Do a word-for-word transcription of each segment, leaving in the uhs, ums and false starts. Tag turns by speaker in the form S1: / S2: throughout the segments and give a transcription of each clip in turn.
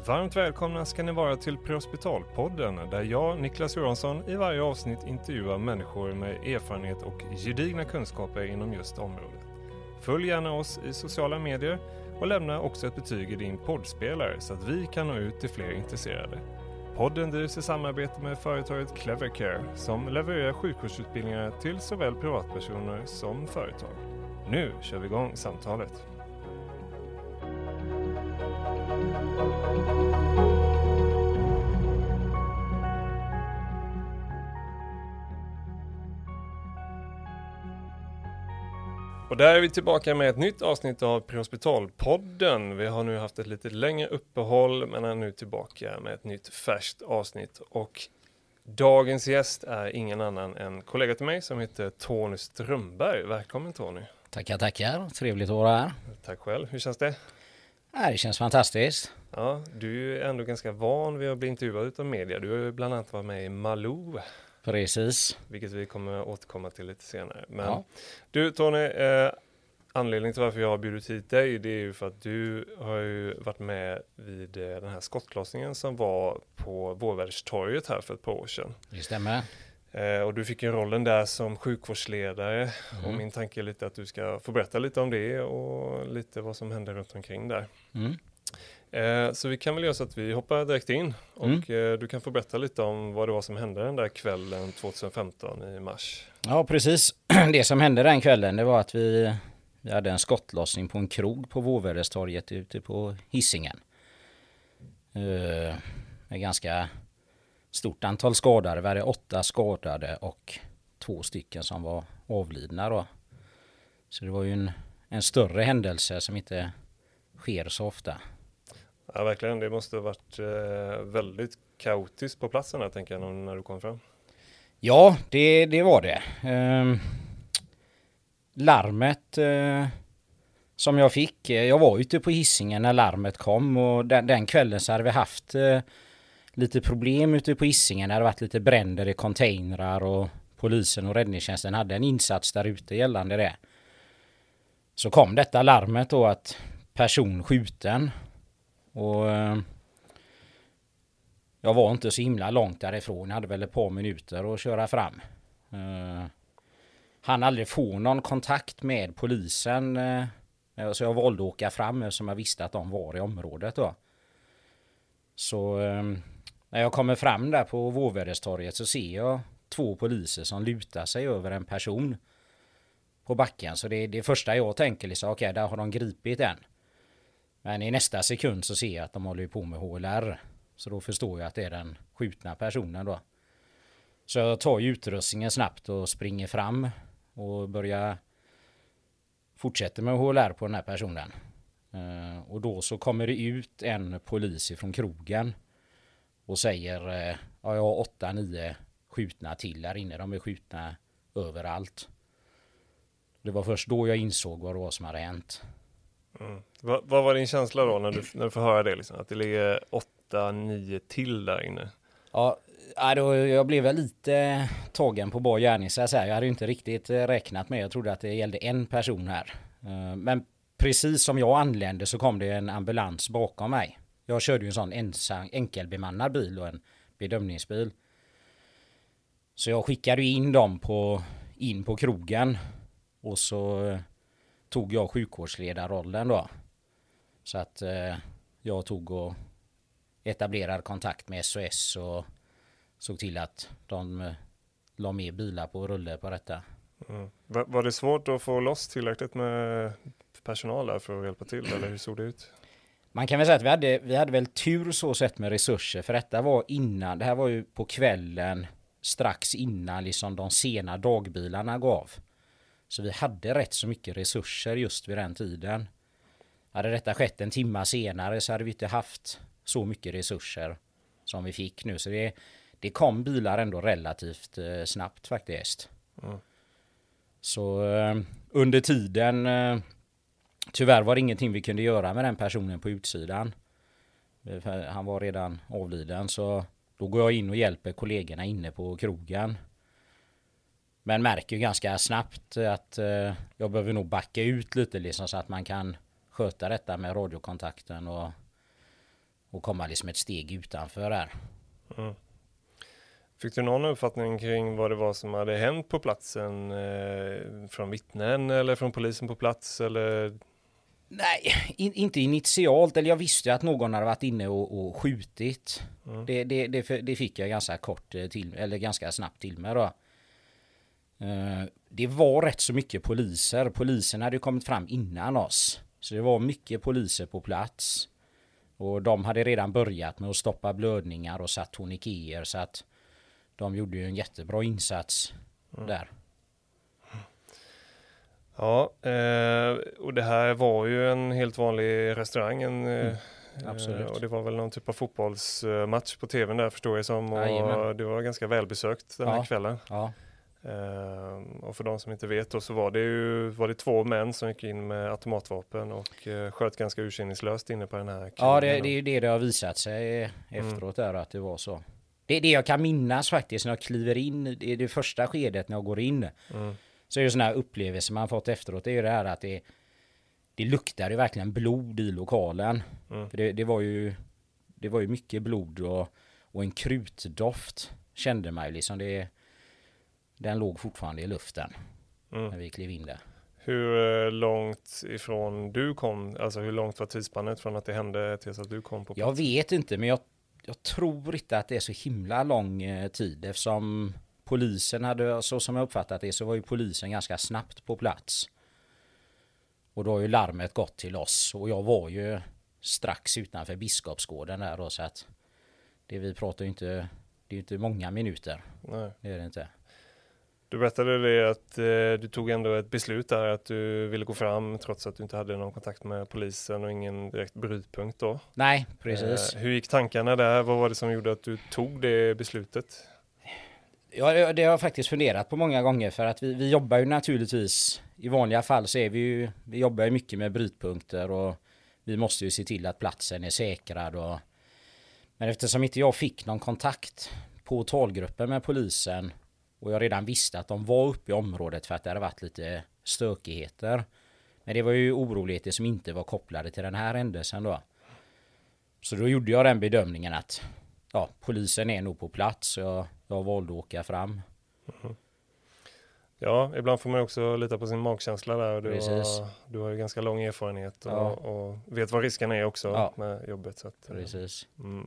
S1: Varmt välkomna ska ni vara till Prehospitalpodden där jag, Niklas Johansson, i varje avsnitt intervjuar människor med erfarenhet och gedigna kunskaper inom just området. Följ gärna oss i sociala medier och lämna också ett betyg i din poddspelare så att vi kan nå ut till fler intresserade. Podden drivs i samarbete med företaget Clevercare som levererar sjukvårdsutbildningar till såväl privatpersoner som företag. Nu kör vi igång samtalet. Och där är vi tillbaka med ett nytt avsnitt av Prehospitalpodden. Vi har nu haft ett lite längre uppehåll men är nu tillbaka med ett nytt färskt avsnitt. Och dagens gäst är ingen annan än kollega till mig som heter Tony Strömberg. Välkommen Tony.
S2: Tackar, tackar. Trevligt att vara här.
S1: Tack själv. Hur känns det?
S2: Ja, det känns fantastiskt.
S1: Ja, du är ju ändå ganska van vid att bli intervjuad av media. Du har ju bland annat varit med i Malou.
S2: Precis.
S1: Vilket vi kommer att återkomma till lite senare. Men
S2: ja.
S1: Du Tony, eh, anledningen till varför jag har bjudit hit dig, det är ju för att du har ju varit med vid eh, den här skottlossningen som var på Vårvärdstorget här för ett par år sedan.
S2: Det stämmer.
S1: Eh, och du fick ju rollen där som sjukvårdsledare. Mm. Och min tanke är lite att du ska få berätta lite om det och lite vad som händer runt omkring där.
S2: Mm.
S1: Eh, så vi kan väl göra så att vi hoppar direkt in och
S2: Mm.
S1: eh, du kan få berätta lite om vad det var som hände den där kvällen tjugohundrafemton i mars.
S2: Ja, precis. Det som hände den kvällen, det var att vi, vi hade en skottlossning på en krog på Vårvärdstorget ute på Hisingen. Uh, med ganska stort antal skadade. Vi hade åtta skadade och två stycken som var avlidna då. Så det var ju en, en större händelse som inte sker så ofta.
S1: Ja, verkligen. Det måste ha varit eh, väldigt kaotiskt på platsen här, tänker jag, när du kom fram.
S2: Ja, det, det var det. Eh, larmet eh, som jag fick, eh, jag var ute på Hisingen när larmet kom och den, den kvällen så hade vi haft eh, lite problem ute på Hisingen. Det hade varit lite bränder i containrar och polisen och räddningstjänsten hade en insats där ute gällande det. Så kom detta larmet då att person skjuten. Och eh, jag var inte så himla långt därifrån. Jag hade väl ett par minuter att köra fram. Eh, han aldrig få någon kontakt med polisen. Eh, så jag valde att åka fram eftersom jag visste att de var i området då. Så eh, när jag kommer fram där på Vårvärdstorget så ser jag två poliser som lutar sig över en person på backen. Så det är det första jag tänker liksom, okej, okay, där har de gripit en. Men i nästa sekund så ser jag att de håller på med H L R. Så då förstår jag att det är den skjutna personen då. Så jag tar ju utrustningen snabbt och springer fram och börjar fortsätta med H L R på den här personen. Uh, och då så kommer det ut en polis ifrån krogen och säger uh, ja, jag har åtta, nio skjutna till här inne. De är skjutna överallt. Det var först då jag insåg vad det var som hade hänt.
S1: Mm. Va, vad var din känsla då när du, när du får höra det? Liksom? Att det ligger åtta, nio till där inne?
S2: Ja, då, jag blev väl lite tagen på bar gärning så jag säger. Jag hade ju inte riktigt räknat med. Jag trodde att det gällde en person här. Men precis som jag anlände så kom det en ambulans bakom mig. Jag körde ju en sån ensam, enkelbemannad bil och en bedömningsbil. Så jag skickade in dem på, in på krogen och så tog jag sjukvårdsledarrollen då. Så att eh, jag tog och etablerade kontakt med S O S och såg till att de eh, la med bilar på rulle på detta.
S1: Mm. Var, var det svårt att få loss tillräckligt med personal där för att hjälpa till eller hur såg det ut?
S2: Man kan väl säga att vi hade, vi hade väl tur så sett med resurser för detta var innan, det här var ju på kvällen strax innan liksom de sena dagbilarna gav. Så vi hade rätt så mycket resurser just vid den tiden. Hade detta skett en timma senare så hade vi inte haft så mycket resurser som vi fick nu. Så det, det kom bilar ändå relativt eh, snabbt faktiskt. Mm. Så eh, under tiden, eh, tyvärr var det ingenting vi kunde göra med den personen på utsidan. Han var redan avliden så då går jag in och hjälper kollegorna inne på krogen. Men märker ju ganska snabbt att eh, jag behöver nog backa ut lite liksom, så att man kan sköta detta med radiokontakten och och komma liksom ett steg utanför där.
S1: Mm. Fick du någon uppfattning kring vad det var som hade hänt på platsen eh, från vittnen eller från polisen på plats? Eller?
S2: Nej, in, inte initialt. Eller jag visste att någon hade varit inne och, och skjutit. Mm. Det, det, det, det fick jag ganska kort till, eller ganska snabbt till mig då. Uh, det var rätt så mycket poliser. Polisen hade kommit fram innan oss. Så det var mycket poliser på plats. Och de hade redan börjat med att stoppa blödningar och satt tourniqueter, så att de gjorde ju en jättebra insats mm. där.
S1: Ja, eh, och det här var ju en helt vanlig restaurang. En, mm,
S2: absolut.
S1: Eh, och det var väl någon typ av fotbollsmatch på tvn där, förstår jag som. Och
S2: Jajamän.
S1: det var ganska välbesökt den här
S2: ja.
S1: kvällen.
S2: Ja.
S1: Eh, och för de som inte vet då, så var det ju var det två män som gick in med automatvapen och eh, sköt ganska urskillningslöst inne på den här.
S2: Ja, det, det är ju det det har visat sig efteråt mm. där, att det var så. Det är det jag kan minnas faktiskt när jag kliver in i det första skedet när jag går in. Mm. Så är det sådana här upplevelser man fått efteråt. Det är ju det här att det, det luktar ju verkligen blod i lokalen. Mm. För det, det var ju det var ju mycket blod och, och en krutdoft kände man ju liksom. Det, den låg fortfarande i luften mm. när vi klev in där.
S1: Hur långt ifrån du kom, alltså hur långt var tidsspannet från att det hände tills att du kom på plats?
S2: Jag vet inte, men jag, jag tror inte att det är så himla lång eh, tid, eftersom polisen hade, så som jag uppfattat det, så var ju polisen ganska snabbt på plats. Och då har ju larmet gått till oss, och jag var ju strax utanför Biskopsgården där då, så att det vi pratar ju inte, det är ju inte många minuter.
S1: Nej.
S2: Det är det inte.
S1: Du berättade det att eh, du tog ändå ett beslut där att du ville gå fram trots att du inte hade någon kontakt med polisen och ingen direkt brytpunkt då.
S2: Nej, precis.
S1: Eh, hur gick tankarna där? Vad var det som gjorde att du tog det beslutet?
S2: Ja, det har jag faktiskt funderat på många gånger, för att vi, vi jobbar ju naturligtvis, i vanliga fall så är vi ju, vi jobbar ju mycket med brytpunkter och vi måste ju se till att platsen är säkrad. Och, men eftersom inte jag fick någon kontakt på talgruppen med polisen och jag redan visste att de var uppe i området för att det hade varit lite stökigheter. Men det var ju oroligheter som inte var kopplade till den här händelsen då. Så då gjorde jag den bedömningen att ja, polisen är nog på plats, så jag, jag valde att åka fram.
S1: Mm. Ja, ibland får man också lita på sin magkänsla där. Och du, har, du har ju ganska lång erfarenhet och, ja. och vet vad risken är också ja. med jobbet. Så att,
S2: precis.
S1: Mm.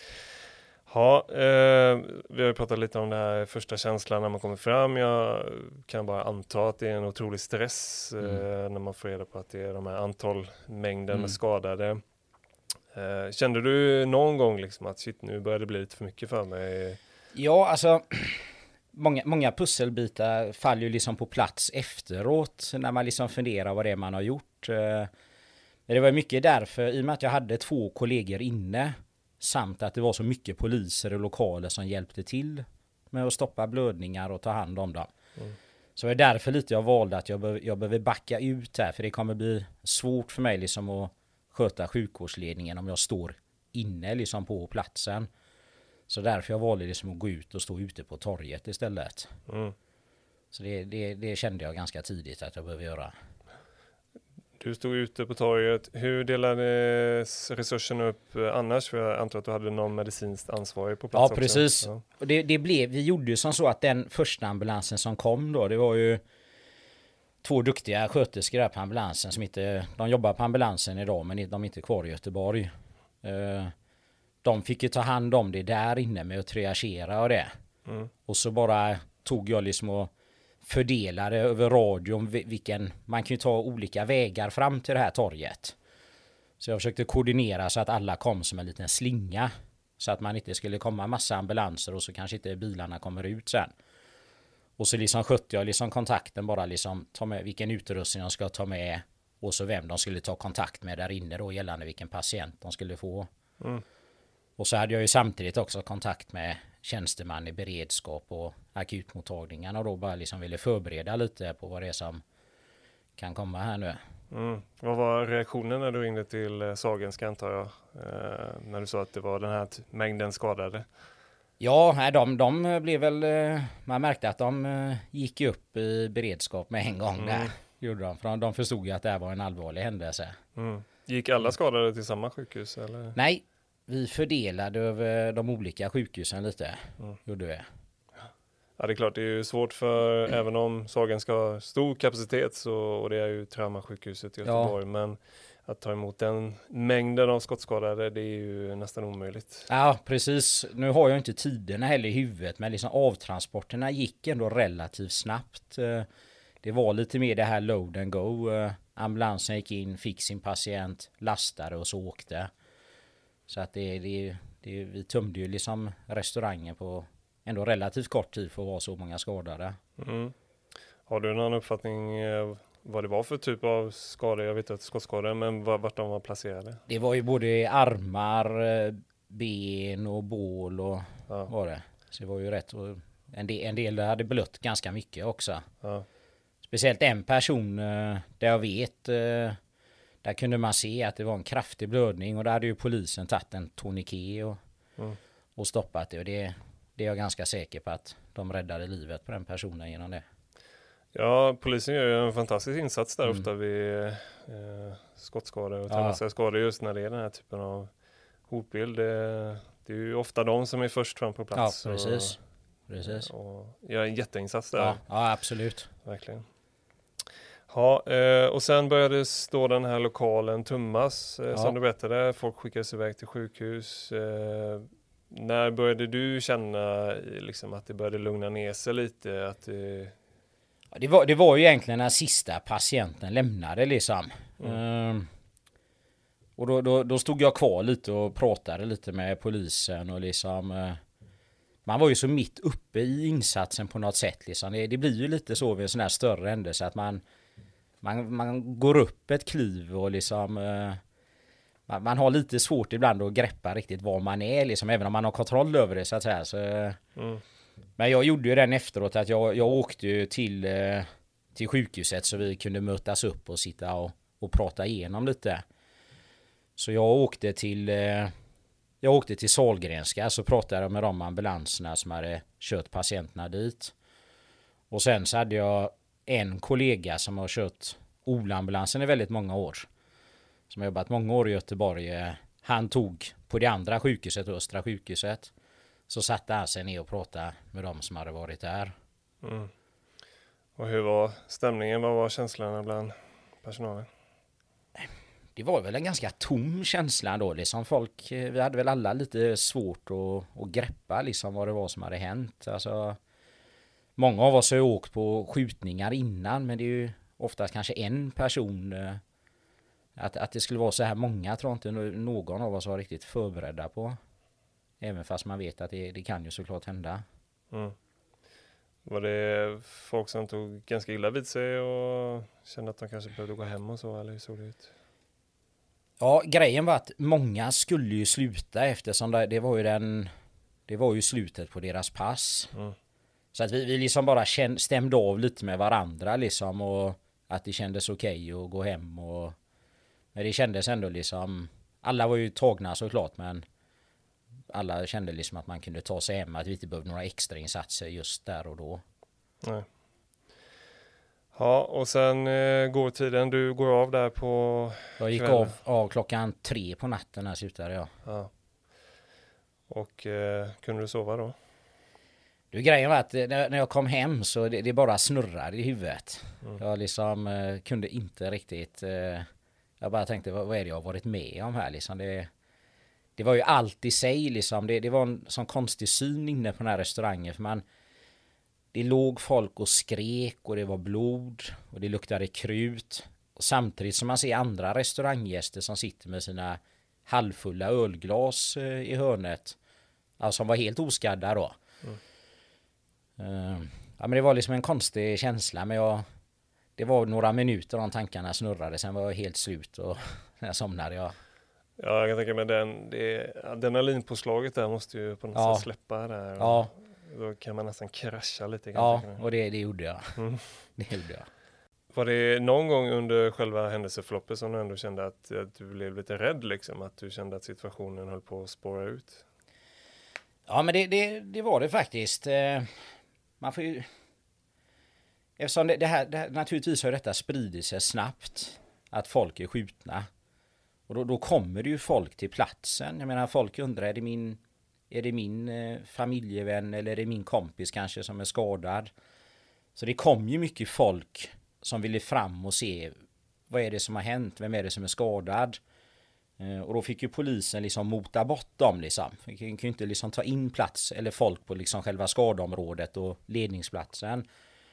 S1: Ja, eh, vi har ju pratat lite om det här första känslan när man kommer fram. Jag kan bara anta att det är en otrolig stress mm. eh, när man får reda på att det är de här antalmängden mm. med skadade. Eh, kände du någon gång liksom att shit, nu börjar det bli lite för mycket för mig?
S2: Ja, alltså många, många pusselbitar faller ju liksom på plats efteråt när man liksom funderar vad det är man har gjort. Eh, det var mycket därför, i och med att jag hade två kollegor inne samt att det var så mycket poliser och lokaler som hjälpte till med att stoppa blödningar och ta hand om dem. Mm. Så det är därför lite jag valde att jag, be- jag behöver backa ut här, för det kommer bli svårt för mig liksom att sköta sjukvårdsledningen om jag står inne liksom på platsen. Så därför jag valde liksom att gå ut och stå ute på torget istället. Mm. Så det, det, det kände jag ganska tidigt att jag behöver göra.
S1: Du stod ute på torget. Hur delades resurserna upp annars? För jag antar att du hade någon medicinskt ansvarig på plats.
S2: Ja, precis. Ja. Och det, det blev, vi gjorde ju som så att den första ambulansen som kom då, det var ju två duktiga sköterskor där på ambulansen som inte, de jobbar på ambulansen idag men de är inte kvar i Göteborg. De fick ju ta hand om det där inne med att triagera och det. Mm. Och så bara tog jag liksom och fördelade över radion vilken, man kan ju ta olika vägar fram till det här torget. Så jag försökte koordinera så att alla kom som en liten slinga. Så att man inte skulle komma massa ambulanser och så kanske inte bilarna kommer ut sen. Och så liksom skötte jag liksom kontakten, bara liksom ta med vilken utrustning jag ska ta med och så vem de skulle ta kontakt med där inne då gällande vilken patient de skulle få. Mm. Och så hade jag ju samtidigt också kontakt med tjänsteman i beredskap och akutmottagningarna och då bara liksom ville förbereda lite på vad det är som kan komma här nu.
S1: Mm. Vad var reaktionen när du ringde till Sahlgrenska, antar jag, eh, när du sa att det var den här t- mängden skadade?
S2: Ja, de, de blev väl, man märkte att de gick upp i beredskap med en gång mm. där. Gjorde de, för de förstod ju att det här var en allvarlig händelse.
S1: Mm. Gick alla skadade till samma sjukhus? Eller?
S2: Nej, vi fördelade över de olika sjukhusen lite.
S1: Mm.
S2: Gjorde vi.
S1: Ja, det är klart, det är ju svårt för, mm. även om Sahlgrenska ska ha stor kapacitet så, och det är ju traumasjukhuset i Göteborg, ja. Men att ta emot den mängden av skottskadade, det är ju nästan omöjligt.
S2: Ja, precis. Nu har jag inte tiderna heller i huvudet, men liksom avtransporterna gick ändå relativt snabbt. Det var lite mer det här load and go. Ambulansen gick in, fick sin patient, lastade och så åkte. Så att det, det, det, vi tömde ju liksom restaurangen på ändå relativt kort tid för att vara så många skadade.
S1: Mm. Har du någon uppfattning vad det var för typ av skador? Jag vet att skottskador, men vart de var placerade?
S2: Det var ju både armar, ben och bål och ja. Var det. Så det var ju rätt. Och en, del, en del hade blött ganska mycket också. Ja. Speciellt en person där jag vet, där kunde man se att det var en kraftig blödning och där hade ju polisen tagit en tourniquet och, mm. och stoppat det. Och det, det är jag ganska säker på att de räddade livet på den personen genom det.
S1: Ja, polisen gör ju en fantastisk insats där mm. ofta vid eh, skottskador och ja. skador just när det är den här typen av hotbild. Det, det är ju ofta de som är först fram på plats.
S2: Ja, precis. Och, precis.
S1: Och gör en jätteinsats där.
S2: Ja, ja absolut.
S1: Verkligen. Ja, eh, och sen började då den här lokalen tummas, eh, ja. som du berättade. Folk skickades iväg till sjukhus. Eh, när började du känna liksom, att det började lugna ner sig lite? Att det...
S2: Ja, det, var, det var ju egentligen när sista patienten lämnade liksom. Mm. Eh, och då, då, då stod jag kvar lite och pratade lite med polisen och liksom... Eh, man var ju så mitt uppe i insatsen på något sätt liksom. Det, det blir ju lite så vid en sån här större händelse att man... Man, man går upp ett kliv och liksom eh, man, man har lite svårt ibland att greppa riktigt var man är liksom, även om man har kontroll över det så att säga. Så, mm. Men jag gjorde ju den efteråt att jag, jag åkte ju till, eh, till sjukhuset så vi kunde mötas upp och sitta och, och prata igenom lite. Så jag åkte till eh, jag åkte till Sahlgrenska så pratade jag med de ambulanserna som hade kört patienterna dit. Och sen så hade jag en kollega som har kört O L-ambulansen i väldigt många år. Som har jobbat många år i Göteborg. Han tog på det andra sjukhuset, Östra sjukhuset. Så satte han sig ner och pratade med dem som hade varit där.
S1: Mm. Och hur var stämningen? Vad var känslorna bland personalen?
S2: Det var väl en ganska tom känsla då. Liksom folk, vi hade väl alla lite svårt att, att greppa liksom vad det var som hade hänt. Alltså... Många av oss har ju åkt på skjutningar innan, men det är ju oftast kanske en person. Att, att det skulle vara så här många tror jag inte någon av oss var riktigt förberedda på. Även fast man vet att det, det kan ju såklart hända. Mm.
S1: Var det folk som tog ganska illa vid sig och kände att de kanske behövde gå hem och så, eller hur såg det ut?
S2: Ja, grejen var att många skulle ju sluta eftersom det, det var ju den, det var ju slutet på deras pass. Mm. Så att vi, vi liksom bara känd, stämde av lite med varandra liksom och att det kändes okej okay att gå hem och men det kändes ändå liksom alla var ju tagna såklart men alla kände liksom att man kunde ta sig hem att vi inte behövde några extra insatser just där och då.
S1: Nej. Ja, och sen eh, går tiden, du går av där på
S2: Jag gick av, av klockan tre på natten här slutade jag.
S1: Ja. Och eh, kunde du sova då?
S2: Du, grejen var att när jag kom hem så det, det bara snurrade i huvudet. Mm. Jag liksom eh, kunde inte riktigt... Eh, jag bara tänkte, vad, vad är det jag har varit med om här? Liksom det, det var ju allt i sig. Liksom. Det, det var en sån konstig syn inne på den här restaurangen. För man, det låg folk och skrek och det var blod och det luktade krut. Och samtidigt som man ser andra restauranggäster som sitter med sina halvfulla ölglas eh, i hörnet. Alltså som var helt oskadda då. Mm. Uh, ja, men det var liksom en konstig känsla men jag, det var några minuter de tankarna snurrade sen var jag helt slut och när jag somnade jag.
S1: Ja, jag kan tänka mig den det, adrenalinpåslaget där måste ju på något
S2: ja.
S1: sätt släppa där.
S2: Ja.
S1: Då kan man nästan krascha lite.
S2: Ja, och det, det gjorde jag. Mm. Det gjorde jag.
S1: Var det någon gång under själva händelseförloppet som du ändå kände att, att du blev lite rädd liksom? Att du kände att situationen höll på att spåra ut?
S2: Ja, men det, det, det var det faktiskt. Man får ju... Eftersom det, det, här, det här... Naturligtvis har detta spridit sig snabbt. Att folk är skjutna. Och då, då kommer det ju folk till platsen. Jag menar, folk undrar, är det min, är det min eh, familjevän eller är det min kompis kanske som är skadad? Så det kom ju mycket folk som ville fram och se vad är det som har hänt, vem är det som är skadad? Eh, och då fick ju polisen liksom mota bort dem liksom. De kan ju inte liksom ta in plats eller folk på liksom själva skadområdet och ledningsplatsen.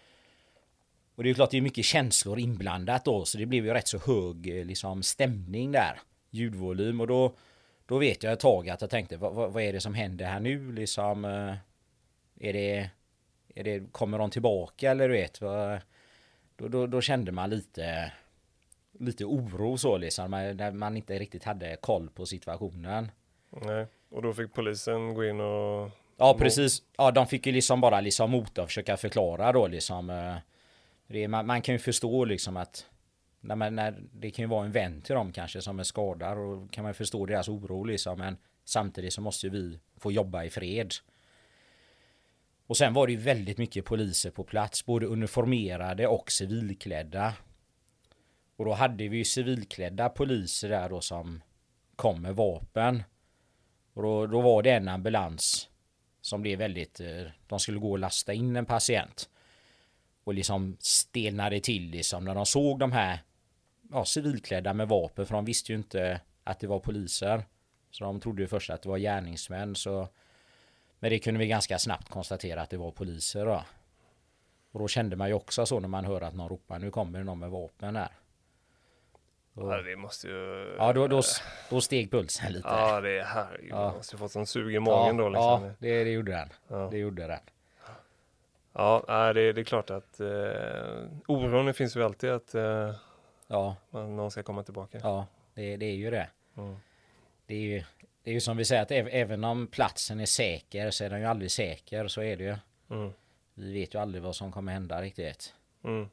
S2: Och det är ju klart det är mycket känslor inblandat då, så det blev ju rätt så hög liksom stämning där, ljudvolym. Och då, då vet jag ett tag att jag tänkte, vad, vad är det som händer här nu liksom? Är det, är det, kommer de tillbaka eller du vet? Vad, då, då, då kände man lite, lite oro så liksom, när man inte riktigt hade koll på situationen.
S1: Nej, och då fick polisen gå in och...
S2: Ja, precis. Ja, de fick ju liksom bara liksom mota och försöka förklara då liksom... Det, man, man kan ju förstå liksom att när man, när, det kan ju vara en vän till dem kanske som är skadad och kan man förstå deras oro liksom, men samtidigt så måste ju vi få jobba i fred. Och sen var det ju väldigt mycket poliser på plats, både uniformerade och civilklädda. Och då hade vi ju civilklädda poliser där då som kom med vapen. Och då, då var det en ambulans som blev väldigt, de skulle gå och lasta in en patient. Och liksom stelnade till liksom när de såg de här ja, civilklädda med vapen. För de visste ju inte att det var poliser. Så de trodde ju först att det var gärningsmän. Så... Men det kunde vi ganska snabbt konstatera att det var poliser då. Och då kände man ju också så när man hör att någon ropar, nu kommer det någon med vapen här.
S1: Och... Ja, det måste ju...
S2: Ja, då, då, då steg pulsen lite.
S1: Ja, det är här.
S2: Ja.
S1: Man måste ju fått sån sug i magen
S2: ja,
S1: då liksom.
S2: Ja, det, det gjorde den.
S1: Ja.
S2: Det gjorde den.
S1: Ja, det, det är klart att eh, oron finns ju alltid att eh,
S2: ja.
S1: någon ska komma tillbaka.
S2: Ja, det, det är ju det.
S1: Mm.
S2: Det är ju, det är ju som vi säger att även om platsen är säker så är den ju aldrig säker, så är det ju.
S1: Mm.
S2: Vi vet ju aldrig vad som kommer hända riktigt.
S1: Mm.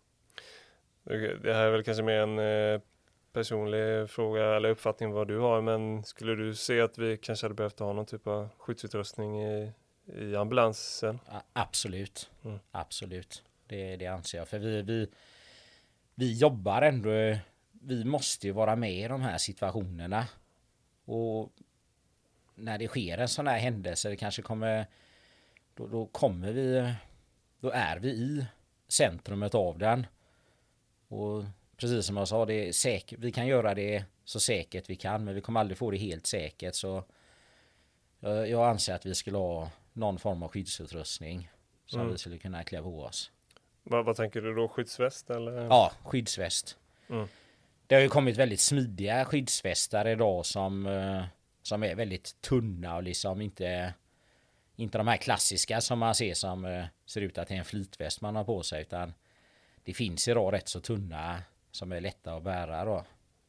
S1: Det här är väl kanske mer en eh, personlig fråga eller uppfattning vad du har, men skulle du se att vi kanske hade behövt ha någon typ av skyddsutrustning i i ambulansen?
S2: Ja, absolut.
S1: Mm.
S2: Absolut. Det, det anser jag. För vi, vi, vi jobbar ändå, vi måste ju vara med i de här situationerna. Och när det sker en sån här händelse, det kanske kommer, då, då kommer vi, då är vi i centrumet av den. Och precis som jag sa, det är säkert, vi kan göra det så säkert vi kan, men vi kommer aldrig få det helt säkert. Så jag, jag anser att vi skulle ha någon form av skyddsutrustning som mm. vi skulle kunna klä på oss.
S1: Vad, vad tänker du då? Skyddsväst eller?
S2: Ja, skyddsväst.
S1: Mm.
S2: Det har ju kommit väldigt smidiga skyddsvästar idag som, som är väldigt tunna och liksom inte, inte de här klassiska som man ser som ser ut att det är en flytväst man har på sig, utan det finns idag rätt så tunna som är lätta att bära då.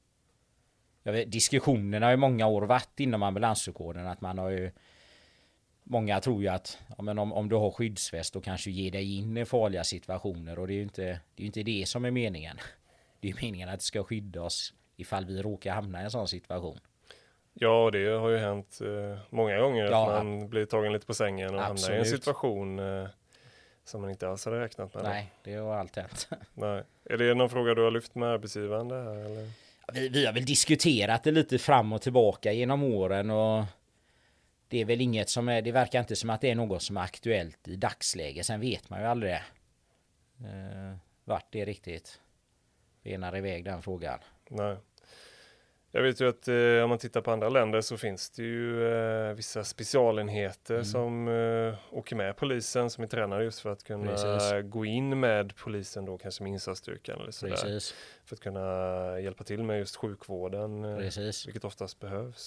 S2: Jag vet, diskussionerna har i många år varit inom ambulanssjukvården att man har ju, många tror ju att ja, men om, om du har skyddsväst då kanske du ger dig in i farliga situationer, och det är ju inte det, är ju inte det som är meningen. Det är meningen att det ska skydda oss ifall vi råkar hamna i en sån situation.
S1: Ja, det har ju hänt eh, många gånger
S2: ja,
S1: att man blir tagen lite på sängen och
S2: absolut.
S1: hamnar i en situation eh, som man inte alls hade räknat med.
S2: Nej, det har allt hänt.
S1: Nej. Är det någon fråga du har lyft med arbetsgivaren det här, eller?
S2: Vi, vi har väl diskuterat det lite fram och tillbaka genom åren, och det är väl inget som är, det verkar inte som att det är något som är aktuellt i dagsläget. Sen vet man ju aldrig det. Eh, vart det är riktigt benar iväg den frågan.
S1: Nej. Jag vet ju att eh, om man tittar på andra länder så finns det ju eh, vissa specialenheter mm. som eh, åker med polisen, som är tränade just för att kunna Precis. gå in med polisen då, kanske med insatsstyrkan eller sådär.
S2: Precis.
S1: För att kunna hjälpa till med just sjukvården, eh, vilket oftast behövs.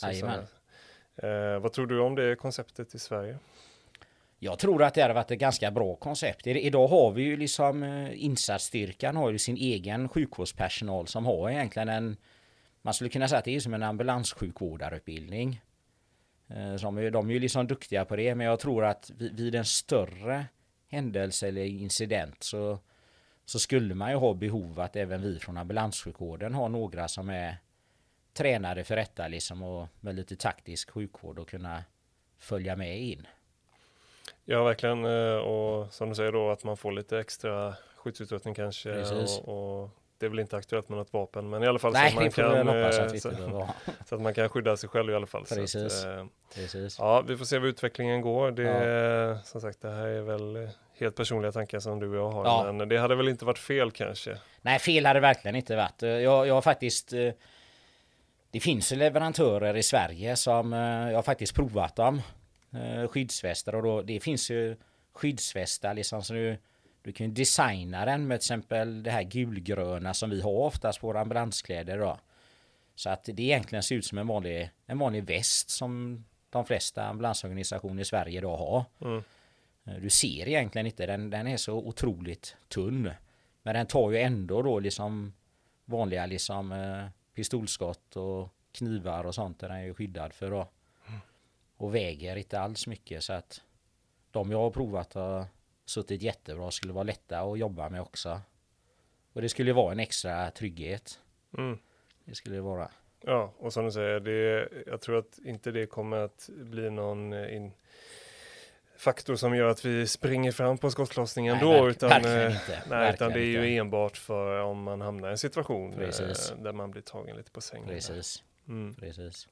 S1: Eh, vad tror du om det konceptet i Sverige?
S2: Jag tror att det har varit ett ganska bra koncept. Idag har vi ju liksom insatsstyrkan har ju sin egen sjukvårdspersonal som har egentligen en, man skulle kunna säga att det är som en ambulanssjukvårdarutbildning. De är ju liksom duktiga på det, men jag tror att vid en större händelse eller incident så, så skulle man ju ha behov att även vi från ambulanssjukvården har några som är tränade för detta liksom, och med lite taktisk sjukvård och kunna följa med in. Ja,
S1: verkligen. Och som du säger då, att man får lite extra skyddsutrustning kanske och, och det är väl inte aktuellt med något vapen, men i alla fall
S2: Nej,
S1: så, att man
S2: får
S1: kan,
S2: hoppas att vi
S1: så,
S2: inte
S1: så att man kan skydda sig själv i alla fall.
S2: Precis.
S1: Så att, eh,
S2: Precis.
S1: Ja, vi får se vad utvecklingen går. Det,
S2: Ja.
S1: Som sagt, det här är väl helt personliga tankar som du och jag har,
S2: Ja.
S1: men det hade väl inte varit fel kanske?
S2: Nej, fel hade det verkligen inte varit. Jag, jag har faktiskt... Det finns leverantörer i Sverige som jag har faktiskt provat dem. Skyddsvästar, och då, det finns ju skyddsvästar liksom, så du, du kan ju designa den med till exempel det här gulgröna som vi har oftast på våra ambulanskläder då. Så att det egentligen ser ut som en vanlig, en vanlig väst som de flesta ambulansorganisationer i Sverige då har.
S1: Mm.
S2: Du ser egentligen inte, den, den är så otroligt tunn. Men den tar ju ändå då liksom vanliga liksom eh, pistolskott och knivar och sånt, där den är ju skyddad för då. Mm. Och väger inte alls mycket, så att de jag har provat har suttit jättebra, skulle vara lätta att jobba med också. Och det skulle vara en extra trygghet.
S1: Mm.
S2: Det skulle det vara.
S1: Ja, och som du säger, det, jag tror att inte det kommer att bli någon in, faktor som gör att vi springer fram på skottlossningen då,
S2: verk,
S1: utan,
S2: verkligen inte.
S1: Nej,
S2: verkligen
S1: utan det är ju
S2: inte.
S1: enbart för om man hamnar i en situation
S2: Precis.
S1: där man blir tagen lite på sängen.
S2: Precis.
S1: Mm.
S2: Precis.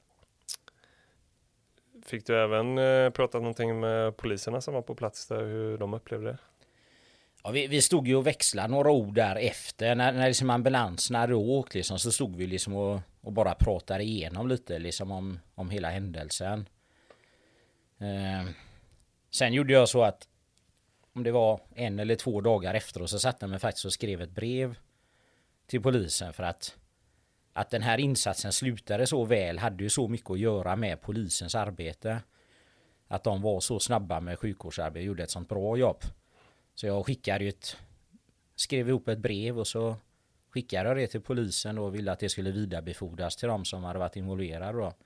S1: Fick du även eh, pratat någonting med poliserna som var på plats där, hur de upplevde det?
S2: Ja, vi, vi stod ju och växlade några ord där efter när, när liksom ambulanserna hade åkt liksom, så stod vi liksom och, och bara pratade igenom lite liksom om, om hela händelsen. Eh, sen gjorde jag så att om det var en eller två dagar efter, och så satte jag mig faktiskt och skrev ett brev till polisen, för att att den här insatsen slutade så väl hade ju så mycket att göra med polisens arbete. Att de var så snabba med sjukvårdsarbete och gjorde ett sånt bra jobb. Så jag skickade ju ett, skrev ihop ett brev och så skickade jag det till polisen och ville att det skulle vidarebefordras till de som hade varit involverade då.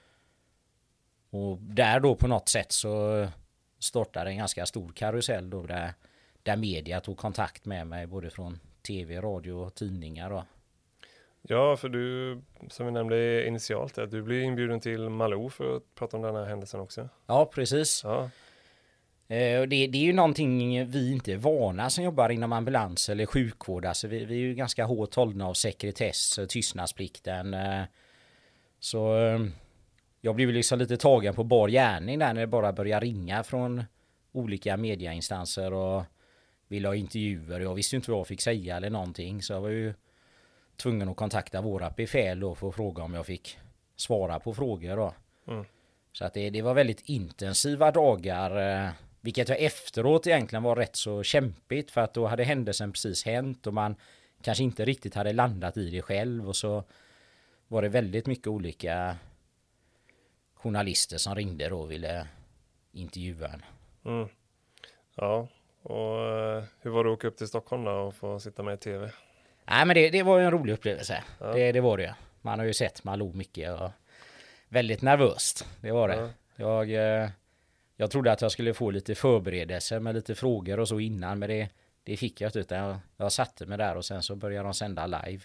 S2: Och där då på något sätt så startade en ganska stor karusell då, där, där media tog kontakt med mig, både från tv, radio och tidningar då.
S1: Ja, för du, som vi nämnde initialt, att du blir inbjuden till Malou för att prata om den här händelsen också.
S2: Ja, precis.
S1: Ja.
S2: Eh, det, det är ju någonting vi inte är vana som jobbar inom ambulans eller sjukvård. Alltså vi, vi är ju ganska hårt hållna av sekretess och tystnadsplikten. Eh, så eh, jag blev liksom lite tagen på bar gärning där när det bara började ringa från olika mediainstanser och ville ha intervjuer. Jag visste ju inte vad jag fick säga eller någonting, så jag var ju tvungen att kontakta våra befäl då för att fråga om jag fick svara på frågor då. Mm. Så att det, det var väldigt intensiva dagar, eh, vilket jag efteråt egentligen var rätt så kämpigt, för att då hade händelsen precis hänt och man kanske inte riktigt hade landat i det själv, och så var det väldigt mycket olika journalister som ringde då och ville intervjua en.
S1: Mm. Ja, och uh, hur var det att åka upp till Stockholm då och få sitta med i tv?
S2: Nej, men det, det var ju en rolig upplevelse.
S1: Ja.
S2: Det, det var det. Man har ju sett Malou mycket och väldigt nervöst. Det var det. Ja. Jag, jag trodde att jag skulle få lite förberedelse med lite frågor och så innan, men det, det fick jag inte, utan jag, jag satte mig där och sen så började de sända live.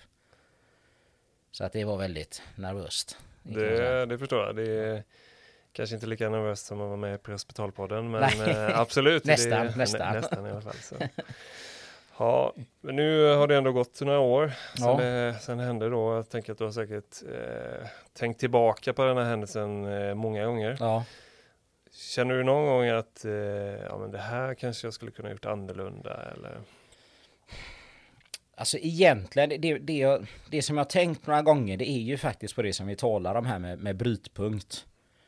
S2: Så att det var väldigt nervöst.
S1: Det, det förstår jag. Det är kanske inte lika nervöst som att vara med på Hospitalpodden, men äh, absolut.
S2: nästan,
S1: det,
S2: nästan.
S1: Nä, nästan i alla fall. Så. Ja, men nu har det ändå gått några år sen,
S2: ja.
S1: det, sen det hände då. Jag tänker att du har säkert eh, tänkt tillbaka på den här händelsen eh, många gånger.
S2: Ja.
S1: Känner du någon gång att eh, ja, men det här kanske jag skulle kunna gjort annorlunda? Eller?
S2: Alltså egentligen, det, det, jag, det som jag har tänkt några gånger, det är ju faktiskt på det som vi talar om här med, med brytpunkt.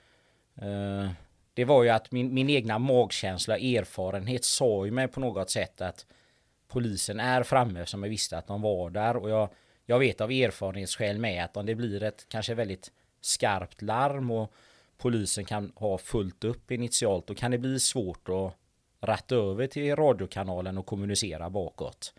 S2: Uh, det var ju att min, min egna magkänsla, erfarenhet sa ju mig på något sätt att polisen är framme, som jag visste att de var där, och jag, jag vet av erfarenhetsskäl med att om det blir ett kanske väldigt skarpt larm och polisen kan ha fullt upp initialt, då kan det bli svårt att ratta över till radiokanalen och kommunicera bakåt.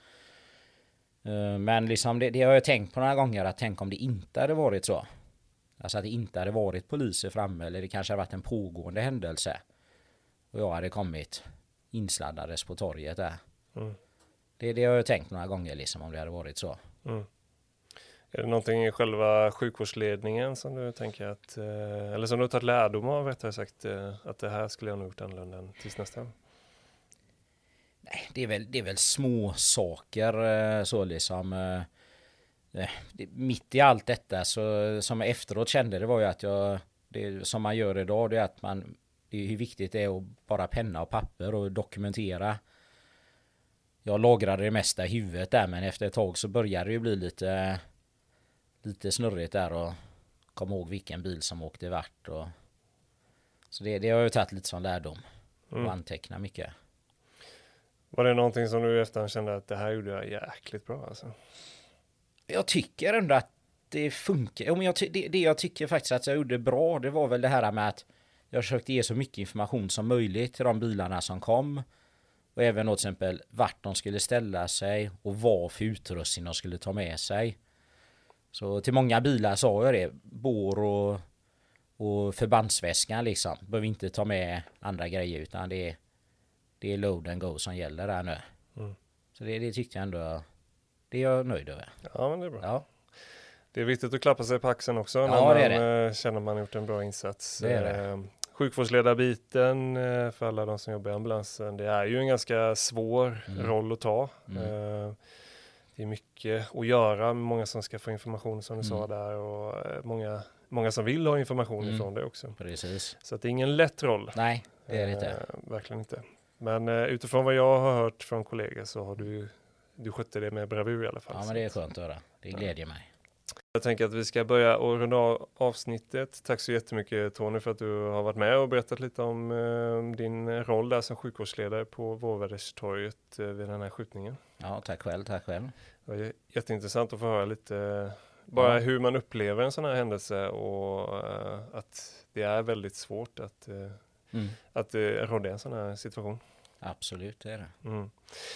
S2: Men liksom det, det har jag tänkt på några gånger, att tänk om det inte hade varit så. Alltså att det inte hade varit poliser framme, eller det kanske hade varit en pågående händelse och jag hade kommit insladdades på torget där. Mm. Det, det har jag tänkt några gånger liksom, om det hade varit så.
S1: Mm. Är det någonting i själva sjukvårdsledningen som du tänker att, eller som du har tagit lärdom av, rättare sagt, att det här skulle jag nog gjort annorlunda tills nästa gång?
S2: Nej, det är väl, det är väl små saker så liksom. mitt i allt detta så som jag efteråt kände det var ju att jag, det som man gör idag, det är att man, det är hur viktigt det är att bara penna och papper och dokumentera. Jag lagrade det mesta i huvudet där, men efter ett tag så började det ju bli lite lite snurrigt där och komma ihåg vilken bil som åkte vart. Och så det, det har jag ju tagit lite som lärdom och
S1: mm.
S2: anteckna mycket.
S1: Var det någonting som du efterhand kände att det här gjorde jag jäkligt bra alltså?
S2: Jag tycker ändå att det funkar. Ja, men jag ty- det, det jag tycker faktiskt att jag gjorde bra, det var väl det här med att jag försökte ge så mycket information som möjligt till de bilarna som kom. Och även då till exempel vart de skulle ställa sig och vad för utrustning de skulle ta med sig. Så till många bilar sa jag det. Bår och, och förbandsväskan liksom. Behöver inte ta med andra grejer utan det är, det är load and go som gäller där nu. Mm. Så det, det tyckte jag ändå, det är jag nöjd över.
S1: Ja, men det är bra.
S2: Ja.
S1: Det är viktigt att klappa sig på axeln också
S2: ja,
S1: när man
S2: det är det.
S1: känner man gjort en bra insats.
S2: Det är det.
S1: Sjukvårdsledarbiten för alla de som jobbar i ambulansen, det är ju en ganska svår mm. roll att ta. Mm. Det är mycket att göra, många som ska få information som du mm. sa där och många, många som vill ha information mm. ifrån det också.
S2: Precis.
S1: Så att det är ingen lätt roll.
S2: Nej, det är det inte.
S1: Eh, verkligen inte. Men eh, utifrån vad jag har hört från kollegor så har du, du skötte det med bravur i alla fall.
S2: Ja, men det är skönt att höra. Det glädjer mig.
S1: Jag tänker att vi ska börja och runda av avsnittet. Tack så jättemycket Tony för att du har varit med och berättat lite om eh, din roll där som sjukvårdsledare på Vårväderstorget eh, vid den här skjutningen.
S2: Ja, tack själv, tack själv.
S1: Det var jätteintressant att få höra lite eh, bara ja. hur man upplever en sån här händelse och eh, att det är väldigt svårt att, eh, mm. att eh, råda i en sån här situation.
S2: Absolut, det är det.
S1: Mm.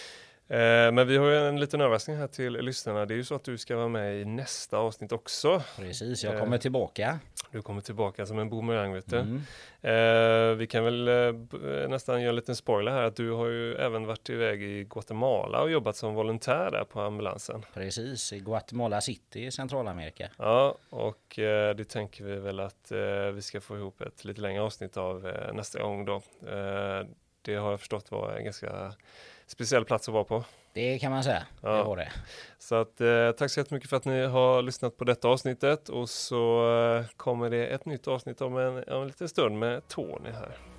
S1: Eh, men vi har ju en liten överraskning här till lyssnarna. Det är ju så att du ska vara med i nästa avsnitt också.
S2: Precis, jag kommer eh, tillbaka.
S1: Du kommer tillbaka som en boomerang, vet du.
S2: Mm.
S1: Eh, vi kan väl eh, nästan göra en liten spoiler här. Att du har ju även varit iväg i Guatemala och jobbat som volontär där på ambulansen.
S2: Precis, i Guatemala City i Centralamerika.
S1: Ja, och eh, det tänker vi väl att eh, vi ska få ihop ett lite längre avsnitt av eh, nästa gång då. Eh, det har jag förstått var en ganska speciell plats att vara på.
S2: Det kan man säga. Ja. Det var det.
S1: Så att, eh, tack så jättemycket för att ni har lyssnat på detta avsnittet. Och så eh, kommer det ett nytt avsnitt om en, om en liten stund med Tony här.